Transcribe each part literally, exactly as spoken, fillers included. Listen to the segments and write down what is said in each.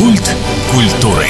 Культ культуры.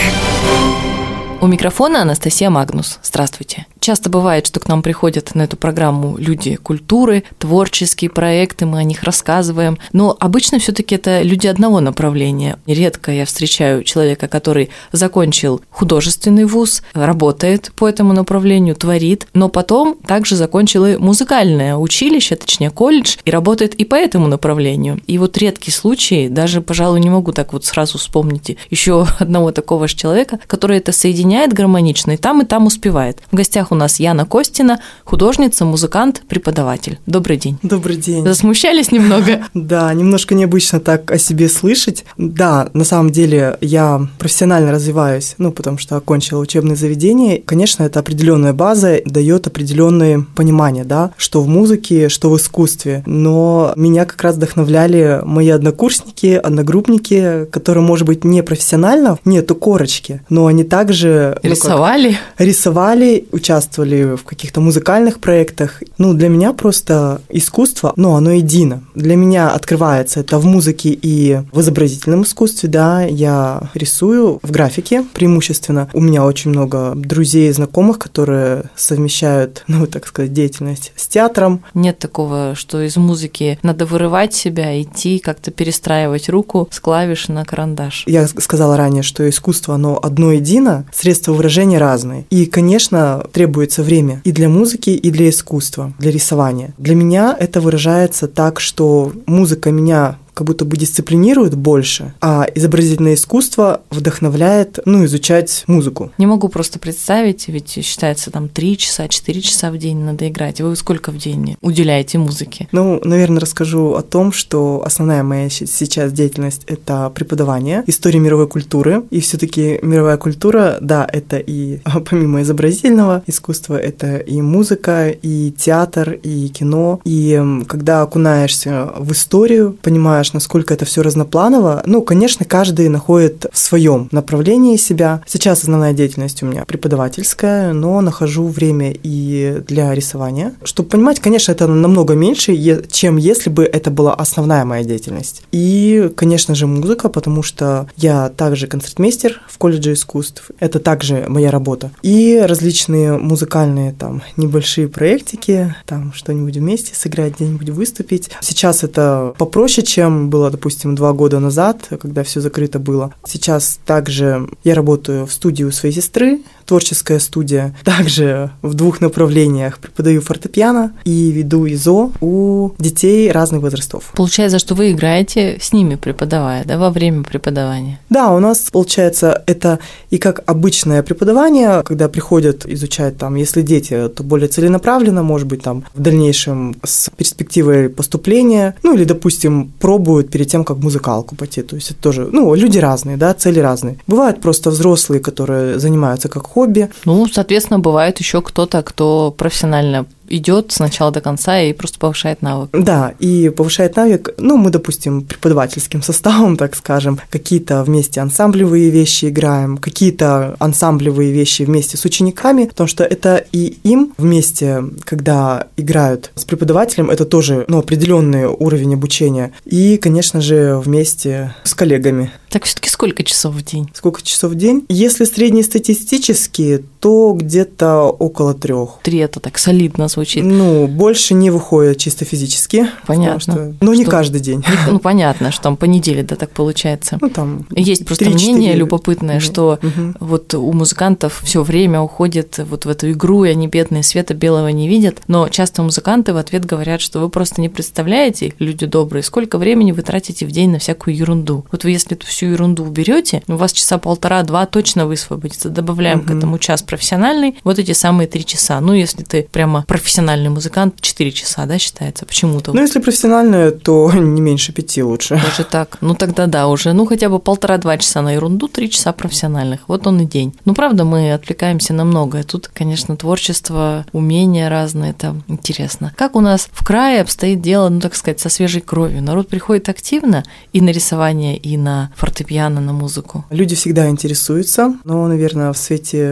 У микрофона Анастасия Магнус. Здравствуйте. Часто бывает, что к нам приходят на эту программу люди культуры, творческие проекты, мы о них рассказываем, но обычно все-таки это люди одного направления. Редко я встречаю человека, который закончил художественный вуз, работает по этому направлению, творит, но потом также закончил и музыкальное училище, точнее колледж, и работает и по этому направлению. И вот редкий случай, даже, пожалуй, не могу так вот сразу вспомнить еще одного такого же человека, который это соединяет гармонично и там, и там успевает. В гостях у нас Яна Костина, художница, музыкант, преподаватель. Добрый день. Добрый день. Засмущались немного? Да, немножко необычно так о себе слышать. Да, на самом деле я профессионально развиваюсь, ну, потому что окончила учебное заведение. Конечно, это определенная база, дает определенное понимание, да, что в музыке, что в искусстве. Но меня как раз вдохновляли мои однокурсники, одногруппники, которые, может быть, не профессионально, нету корочки, но они также рисовали? Ну, как, рисовали, участвовали в каких-то музыкальных проектах. Ну, для меня просто искусство, ну, оно едино. Для меня открывается это в музыке и в изобразительном искусстве, да. Я рисую в графике преимущественно. У меня очень много друзей и знакомых, которые совмещают, ну, так сказать, деятельность с театром. Нет такого, что из музыки надо вырывать себя, идти, как-то перестраивать руку с клавиш на карандаш. Я сказала ранее, что искусство, оно одно едино, средства выражения разные. И, конечно, требуется время и для музыки, и для искусства, для рисования. Для меня это выражается так, что музыка меня как будто бы дисциплинирует больше, а изобразительное искусство вдохновляет, ну, изучать музыку. Не могу просто представить, ведь считается там три часа, четыре часа в день надо играть. Вы сколько в день уделяете музыке? Ну, наверное, расскажу о том, что основная моя сейчас деятельность – это преподавание истории мировой культуры. И все-таки мировая культура, да, это и помимо изобразительного искусства, это и музыка, и театр, и кино. И когда окунаешься в историю, понимаешь, насколько это все разнопланово. Ну, конечно, каждый находит в своем направлении себя. Сейчас основная деятельность у меня преподавательская, но нахожу время и для рисования. Чтобы понимать, конечно, это намного меньше, чем если бы это была основная моя деятельность. И, конечно же, музыка, потому что я также концертмейстер в колледже искусств. Это также моя работа. И различные музыкальные там небольшие проектики, там что-нибудь вместе сыграть, где-нибудь выступить. Сейчас это попроще, чем было, допустим, два года назад, когда все закрыто было. Сейчас также я работаю в студии у своей сестры, творческая студия. Также в двух направлениях преподаю фортепиано и веду ИЗО у детей разных возрастов. Получается, что вы играете с ними, преподавая, да, во время преподавания? Да, у нас, получается, это и как обычное преподавание, когда приходят изучать, там, если дети, то более целенаправленно, может быть, там, в дальнейшем с перспективой поступления, ну, или, допустим, пробуют перед тем, как в музыкалку пойти, то есть это тоже, ну, люди разные, да, цели разные. Бывают просто взрослые, которые занимаются как хобби. Ну, соответственно, бывает еще кто-то, кто профессионально идет с начала до конца и просто повышает навык. Да, и повышает навык, ну, мы, допустим, преподавательским составом, так скажем, какие-то вместе ансамблевые вещи играем, какие-то ансамблевые вещи вместе с учениками, потому что это и им вместе, когда играют с преподавателем, это тоже, ну, определенный уровень обучения, и, конечно же, вместе с коллегами. Так все-таки сколько часов в день? Сколько часов в день? Если среднестатистически, то где-то около трех. Три – это так солидно звучит. Ну, больше не выходит чисто физически. Понятно. Что, ну, не каждый день. Ну, понятно, что там по неделе, да, так получается. Ну, там есть просто мнение любопытное, что угу. вот у музыкантов все время уходит вот в эту игру, и они бедные, света белого не видят. Но часто музыканты в ответ говорят, что вы просто не представляете, люди добрые, сколько времени вы тратите в день на всякую ерунду. Вот вы, если эту всю ерунду уберете, у вас часа полтора-два точно высвободится. Добавляем угу. к этому час профессиональный, вот эти самые три часа. Ну, если ты прямо профессиональный музыкант, четыре часа, да, считается почему-то. Ну, если профессиональная, то не меньше пяти лучше. Даже так. Ну, тогда да, уже, ну, хотя бы полтора-два часа на ерунду, три часа профессиональных. Вот он и день. Ну, правда, мы отвлекаемся на многое. Тут, конечно, творчество, умения разные, это интересно. Как у нас в крае обстоит дело, ну, так сказать, со свежей кровью? Народ приходит активно и на рисование, и на фортепиано, на музыку? Люди всегда интересуются, но, наверное, в свете последних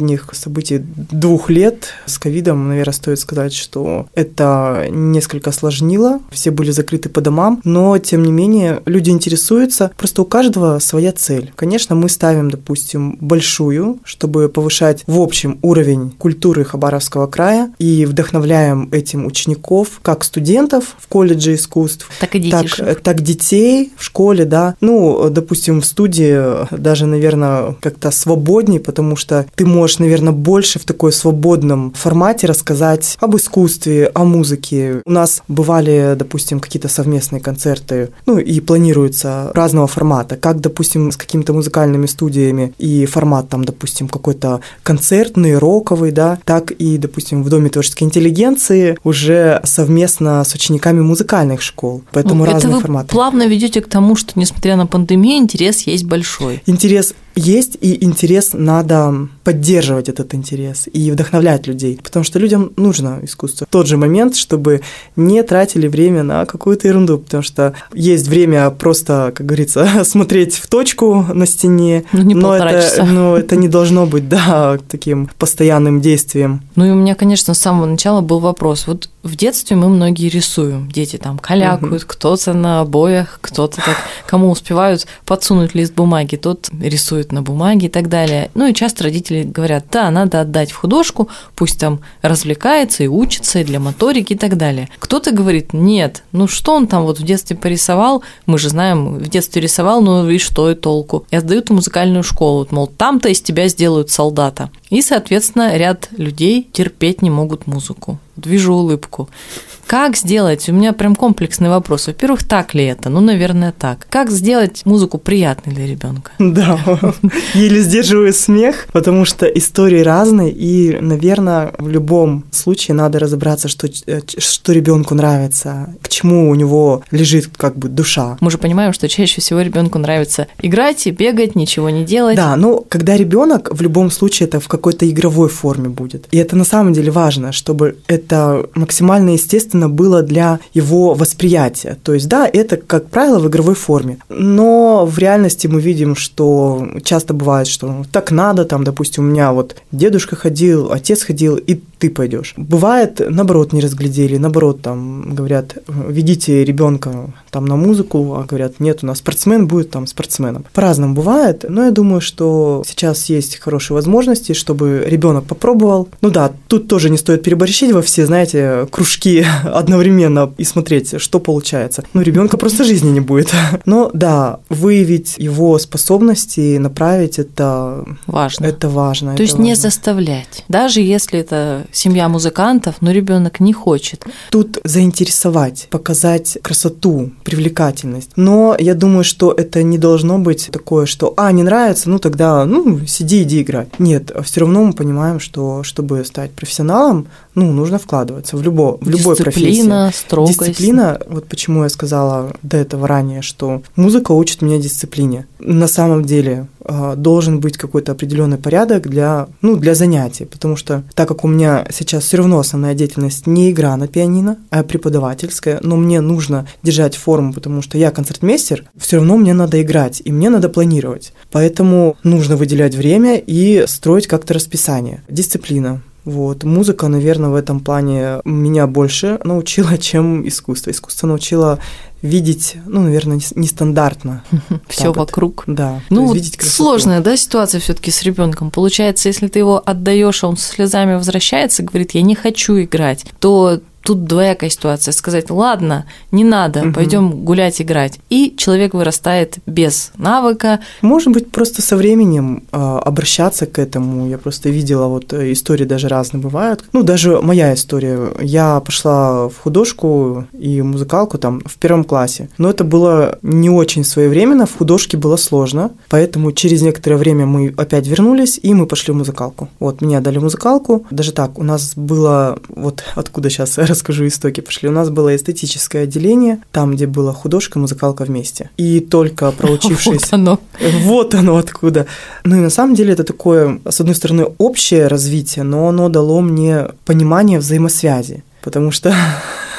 последних событий двух лет с ковидом, наверное, стоит сказать, что это несколько осложнило, все были закрыты по домам, но, тем не менее, люди интересуются, просто у каждого своя цель. Конечно, мы ставим, допустим, большую, чтобы повышать в общем уровень культуры Хабаровского края, и вдохновляем этим учеников, как студентов в колледже искусств, так и детишек. Так, так детей в школе, да. Ну, допустим, в студии даже, наверное, как-то свободней, потому что ты можешь, наверное, больше в такой свободном формате рассказать об искусстве, о музыке. У нас бывали, допустим, какие-то совместные концерты, ну, и планируются разного формата, как, допустим, с какими-то музыкальными студиями, и формат там, допустим, какой-то концертный, роковый, да, так и, допустим, в Доме творческой интеллигенции уже совместно с учениками музыкальных школ, поэтому ну, разные это вы форматы. Плавно ведете к тому, что, несмотря на пандемию, интерес есть большой. Интерес есть, и интерес надо поддерживать этот интерес и вдохновлять людей, потому что людям нужно искусство. В тот же момент, чтобы не тратили время на какую-то ерунду, потому что есть время просто, как говорится, смотреть в точку на стене, ну, не но, это, часа. но это не должно быть, да, таким постоянным действием. Ну и у меня, конечно, с самого начала был вопрос. Вот в детстве мы многие рисуем, дети там калякают, угу. кто-то на обоях, кто-то так, кому успевают подсунуть лист бумаги, тот рисует на бумаге и так далее. Ну и часто родители говорят, да, надо отдать в художку, пусть там развлекается и учится, и для моторики и так далее. Кто-то говорит, нет, ну что он там вот в детстве порисовал, мы же знаем, в детстве рисовал, ну и что и толку. И отдают в музыкальную школу, мол, там-то из тебя сделают солдата. И, соответственно, ряд людей терпеть не могут музыку. Вижу улыбку. Как сделать? У меня прям комплексный вопрос. Во-первых, так ли это? Ну, наверное, так. Как сделать музыку приятной для ребенка? Да, еле сдерживаю смех, потому что истории разные, и, наверное, в любом случае надо разобраться, что, что ребенку нравится, к чему у него лежит как бы душа. Мы же понимаем, что чаще всего ребенку нравится играть и бегать, ничего не делать. Да, но когда ребенок в любом случае это в какой-то игровой форме будет. И это на самом деле важно, чтобы это максимально естественно было для его восприятия. То есть, да, это, как правило, в игровой форме. Но в реальности мы видим, что часто бывает, что так надо, там, допустим, у меня вот дедушка ходил, отец ходил, и ты пойдешь. Бывает, наоборот, не разглядели, наоборот, там, говорят, ведите ребенка там на музыку, а говорят, нет, у нас спортсмен будет там спортсменом. По-разному бывает, но я думаю, что сейчас есть хорошие возможности, чтобы ребенок попробовал. Ну да, тут тоже не стоит переборщить во все, знаете, кружки одновременно и смотреть, что получается. Ну, ребенка просто жизни не будет. Но да, выявить его способности, направить это важно. Это важно. То это есть важно. Не заставлять. Даже если это семья музыкантов, но ребенок не хочет. Тут заинтересовать, показать красоту, привлекательность. Но я думаю, что это не должно быть такое, что «а, не нравится, ну тогда ну, сиди, иди играть». Нет, все равно мы понимаем, что чтобы стать профессионалом, ну, нужно вкладываться в, любо, в любой профессии. Дисциплина, строгость. Дисциплина, вот почему я сказала до этого ранее, что музыка учит меня дисциплине. На самом деле должен быть какой-то определенный порядок для, ну, для занятий, потому что так как у меня сейчас все равно основная деятельность не игра на пианино, а преподавательская, но мне нужно держать форму, потому что я концертмейстер, все равно мне надо играть, и мне надо планировать. Поэтому нужно выделять время и строить как-то расписание. Дисциплина. Вот. Музыка, наверное, в этом плане меня больше научила, чем искусство. Искусство научило видеть, ну, наверное, нестандартно. Все вокруг. Вот. Да. Ну, видеть красоту. Сложная, да, ситуация все-таки с ребенком. Получается, если ты его отдаешь, а он со слезами возвращается, говорит, я не хочу играть, то тут двоякая ситуация. Сказать, ладно, не надо, угу. пойдем гулять, играть. И человек вырастает без навыка. Может быть, просто со временем э, обращаться к этому. Я просто видела, вот истории даже разные бывают. Ну, даже моя история. Я пошла в художку и музыкалку там в первом классе. Но это было не очень своевременно, в художке было сложно. Поэтому через некоторое время мы опять вернулись, и мы пошли в музыкалку. Вот, меня дали музыкалку. Даже так, у нас было, вот откуда сейчас расскажу истоки пошли. У нас было эстетическое отделение, там, где была художка и музыкалка вместе. И только проучившись... Вот оно. Вот оно откуда. Ну и на самом деле это такое, с одной стороны, общее развитие, но оно дало мне понимание взаимосвязи. Потому что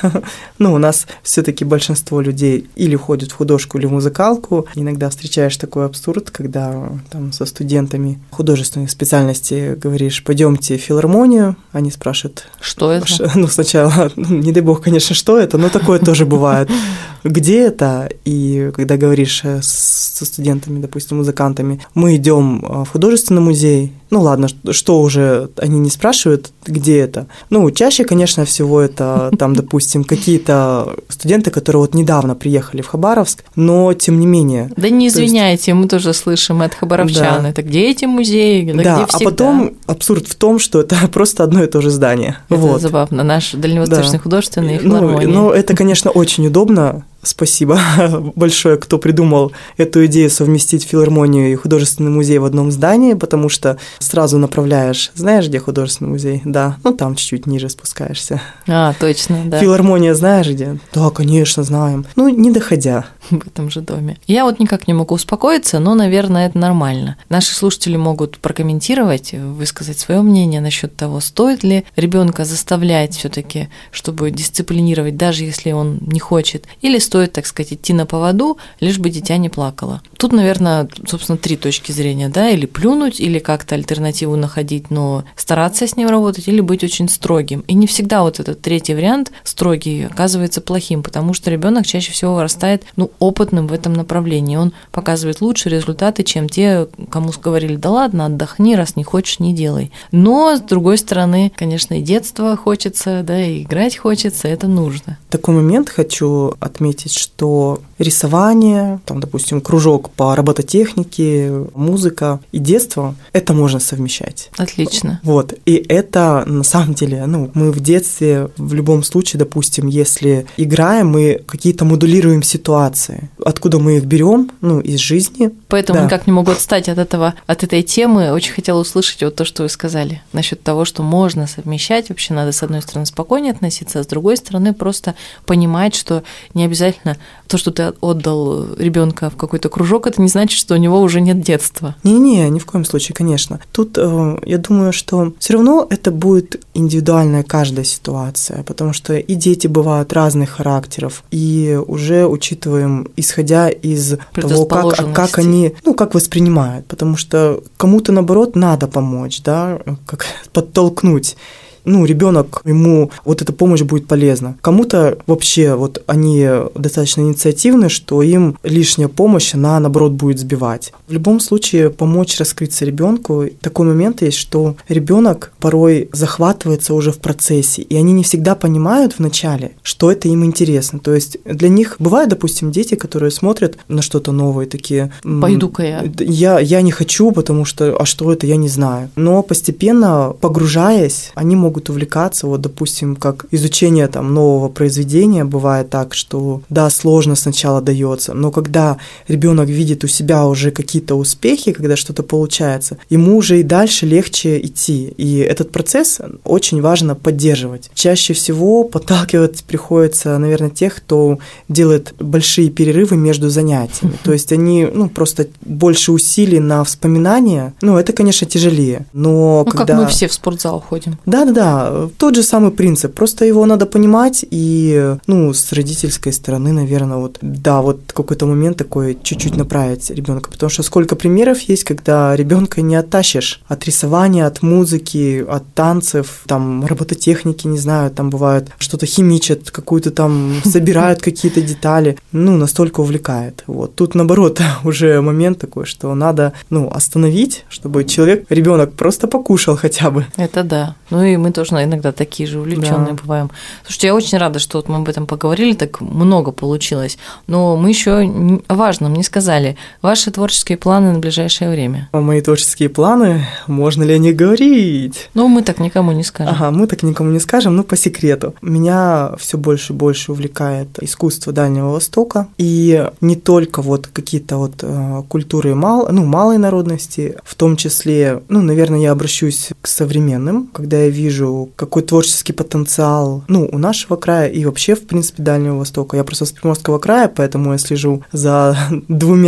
Ну, у нас все-таки большинство людей или ходят в художку, или в музыкалку. Иногда встречаешь такой абсурд, когда там со студентами художественных специальностей говоришь: пойдемте в филармонию. Они спрашивают, что это? Ну, сначала, ну, не дай бог, конечно, что это, но такое тоже бывает. Где это? И когда говоришь со студентами, допустим, музыкантами, мы идем в художественный музей. Ну ладно, что уже они не спрашивают, где это. Ну, чаще, конечно, всего это там, допустим, какие-то студенты, которые вот недавно приехали в Хабаровск, но тем не менее. Да не извиняйте, есть... мы тоже слышим от хабаровчан. Да. Это где эти музеи? Да, да, где всегда? А потом абсурд в том, что это просто одно и то же здание. Это вот. Забавно. Наш Дальневосточный да. художественный филармония. Ну, ну, это, конечно, очень удобно. Спасибо большое, кто придумал эту идею совместить филармонию и художественный музей в одном здании, потому что сразу направляешь, знаешь, где художественный музей? Да, ну там чуть-чуть ниже спускаешься. А, точно, да. Филармония знаешь где? Да, конечно, знаем. Ну, не доходя. В этом же доме. Я вот никак не могу успокоиться, но, наверное, это нормально. Наши слушатели могут прокомментировать, высказать свое мнение насчет того, стоит ли ребенка заставлять все-таки, чтобы дисциплинировать, даже если он не хочет, или стоит, так сказать, идти на поводу, лишь бы дитя не плакало. Тут, наверное, собственно, три точки зрения, да, или плюнуть, или как-то альтернативу находить, но стараться с ним работать, или быть очень строгим. И не всегда вот этот третий вариант, строгий, оказывается плохим, потому что ребенок чаще всего вырастает, ну, опытным в этом направлении. Он показывает лучшие результаты, чем те, кому говорили: да ладно, отдохни, раз не хочешь, не делай. Но, с другой стороны, конечно, и детство хочется, да, и играть хочется, это нужно. Такой момент хочу отметить, что рисование, там, допустим, кружок по робототехнике, музыка и детство – это можно совмещать. Отлично. Вот. И это, на самом деле, ну, мы в детстве в любом случае, допустим, если играем, мы какие-то модулируем ситуации. Откуда мы их берем? Ну, из жизни. Поэтому да. никак не могу отстать от этого, от этой темы. Очень хотела услышать вот то, что вы сказали насчет того, что можно совмещать. Вообще надо, с одной стороны, спокойнее относиться, а с другой стороны, просто понимать, что не обязательно то, что ты отдал ребенка в какой-то кружок, это не значит, что у него уже нет детства. Не-не, ни в коем случае, конечно. Тут э, я думаю, что все равно это будет индивидуальная каждая ситуация, потому что и дети бывают разных характеров, и уже учитываем, исходя из того, как, как они, ну, как воспринимают, потому что кому-то, наоборот, надо помочь, да, как подтолкнуть. Ну, ребенок, ему вот эта помощь будет полезна. Кому-то вообще вот они достаточно инициативны, что им лишняя помощь, она, наоборот, будет сбивать. В любом случае, помочь раскрыться ребенку. Такой момент есть, что ребенок порой захватывается уже в процессе, и они не всегда понимают вначале, что это им интересно. То есть для них бывают, допустим, дети, которые смотрят на что-то новое, такие: пойду-ка я. Я, я не хочу, потому что, а что это, я не знаю. Но постепенно, погружаясь, они могут могут увлекаться, вот, допустим, как изучение там нового произведения, бывает так, что, да, сложно сначала дается, но когда ребенок видит у себя уже какие-то успехи, когда что-то получается, ему уже и дальше легче идти, и этот процесс очень важно поддерживать. Чаще всего подталкивать приходится, наверное, тех, кто делает большие перерывы между занятиями, то есть они, ну, просто больше усилий на вспоминание, ну, это, конечно, тяжелее, но ну, когда... как мы все в спортзал ходим. Да-да-да, тот же самый принцип, просто его надо понимать, и, ну, с родительской стороны, наверное, вот, да, вот какой-то момент такой чуть-чуть направить ребенка, потому что сколько примеров есть, когда ребенка не оттащишь от рисования, от музыки, от танцев, там, робототехники, не знаю, там бывает, что-то химичат, какую-то там, собирают какие-то детали, ну, настолько увлекает, вот. Тут, наоборот, уже момент такой, что надо, ну, остановить, чтобы человек, ребенок просто покушал хотя бы. Это да, ну и мы тоже иногда такие же увлеченные да. бываем. Слушайте, я очень рада, что вот мы об этом поговорили, так много получилось. Но мы еще о важном не сказали. Ваши творческие планы на ближайшее время? Мои творческие планы, можно ли о них говорить? Ну, мы так никому не скажем. Ага, мы так никому не скажем, но по секрету. Меня все больше и больше увлекает искусство Дальнего Востока. И не только вот какие-то вот культуры мал, ну, малой народности, в том числе, ну, наверное, я обращусь к современным, когда я вижу, какой творческий потенциал, ну, у нашего края и вообще, в принципе, Дальнего Востока. Я просто с Приморского края, поэтому я слежу за двумя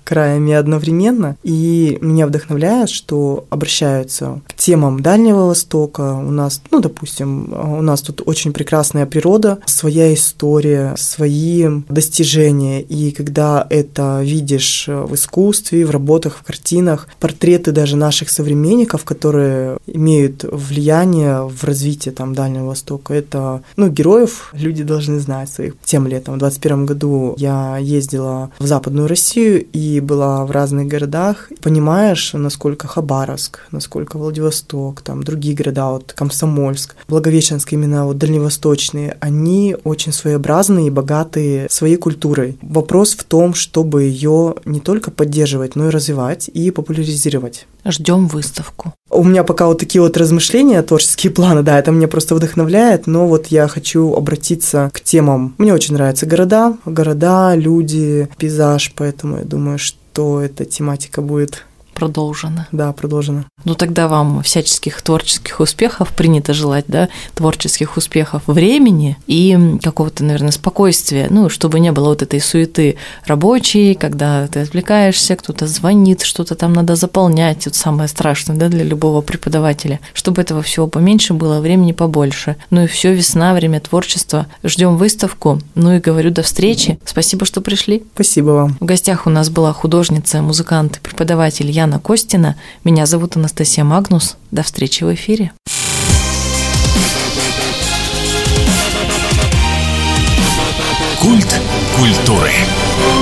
краями одновременно. И меня вдохновляет, что обращаются к темам Дальнего Востока. У нас, ну, допустим, у нас тут очень прекрасная природа, своя история, свои достижения. И когда это видишь в искусстве, в работах, в картинах, портреты даже наших современников, которые имеют влияние в развитии там Дальнего Востока, это, ну, героев люди должны знать своих. Тем летом, в двадцать первом году я ездила в Западную Россию и была в разных городах. Понимаешь, насколько Хабаровск, насколько Владивосток, там другие города, вот Комсомольск, Благовещенск, именно вот дальневосточные, они очень своеобразные и богатые своей культурой. Вопрос в том, чтобы ее не только поддерживать, но и развивать и популяризировать. Ждем выставку. У меня пока вот такие вот размышления, творческие планы, да, это меня просто вдохновляет, но вот я хочу обратиться к темам. Мне очень нравятся города, города, люди, пейзаж, поэтому я думаю, что эта тематика будет... Продолжено. Да, продолжено. Ну тогда вам всяческих творческих успехов принято желать, да, творческих успехов, времени и какого-то, наверное, спокойствия, ну, чтобы не было вот этой суеты рабочей, когда ты отвлекаешься, кто-то звонит, что-то там надо заполнять, вот самое страшное, да, для любого преподавателя, чтобы этого всего поменьше было, времени побольше. Ну и все, весна, время творчества. Ждем выставку. Ну и говорю, до встречи. Спасибо, что пришли. Спасибо вам. В гостях у нас была художница, музыкант и преподаватель Яна Костина. Меня зовут Анастасия Магнус. До встречи в эфире. Культ культуры.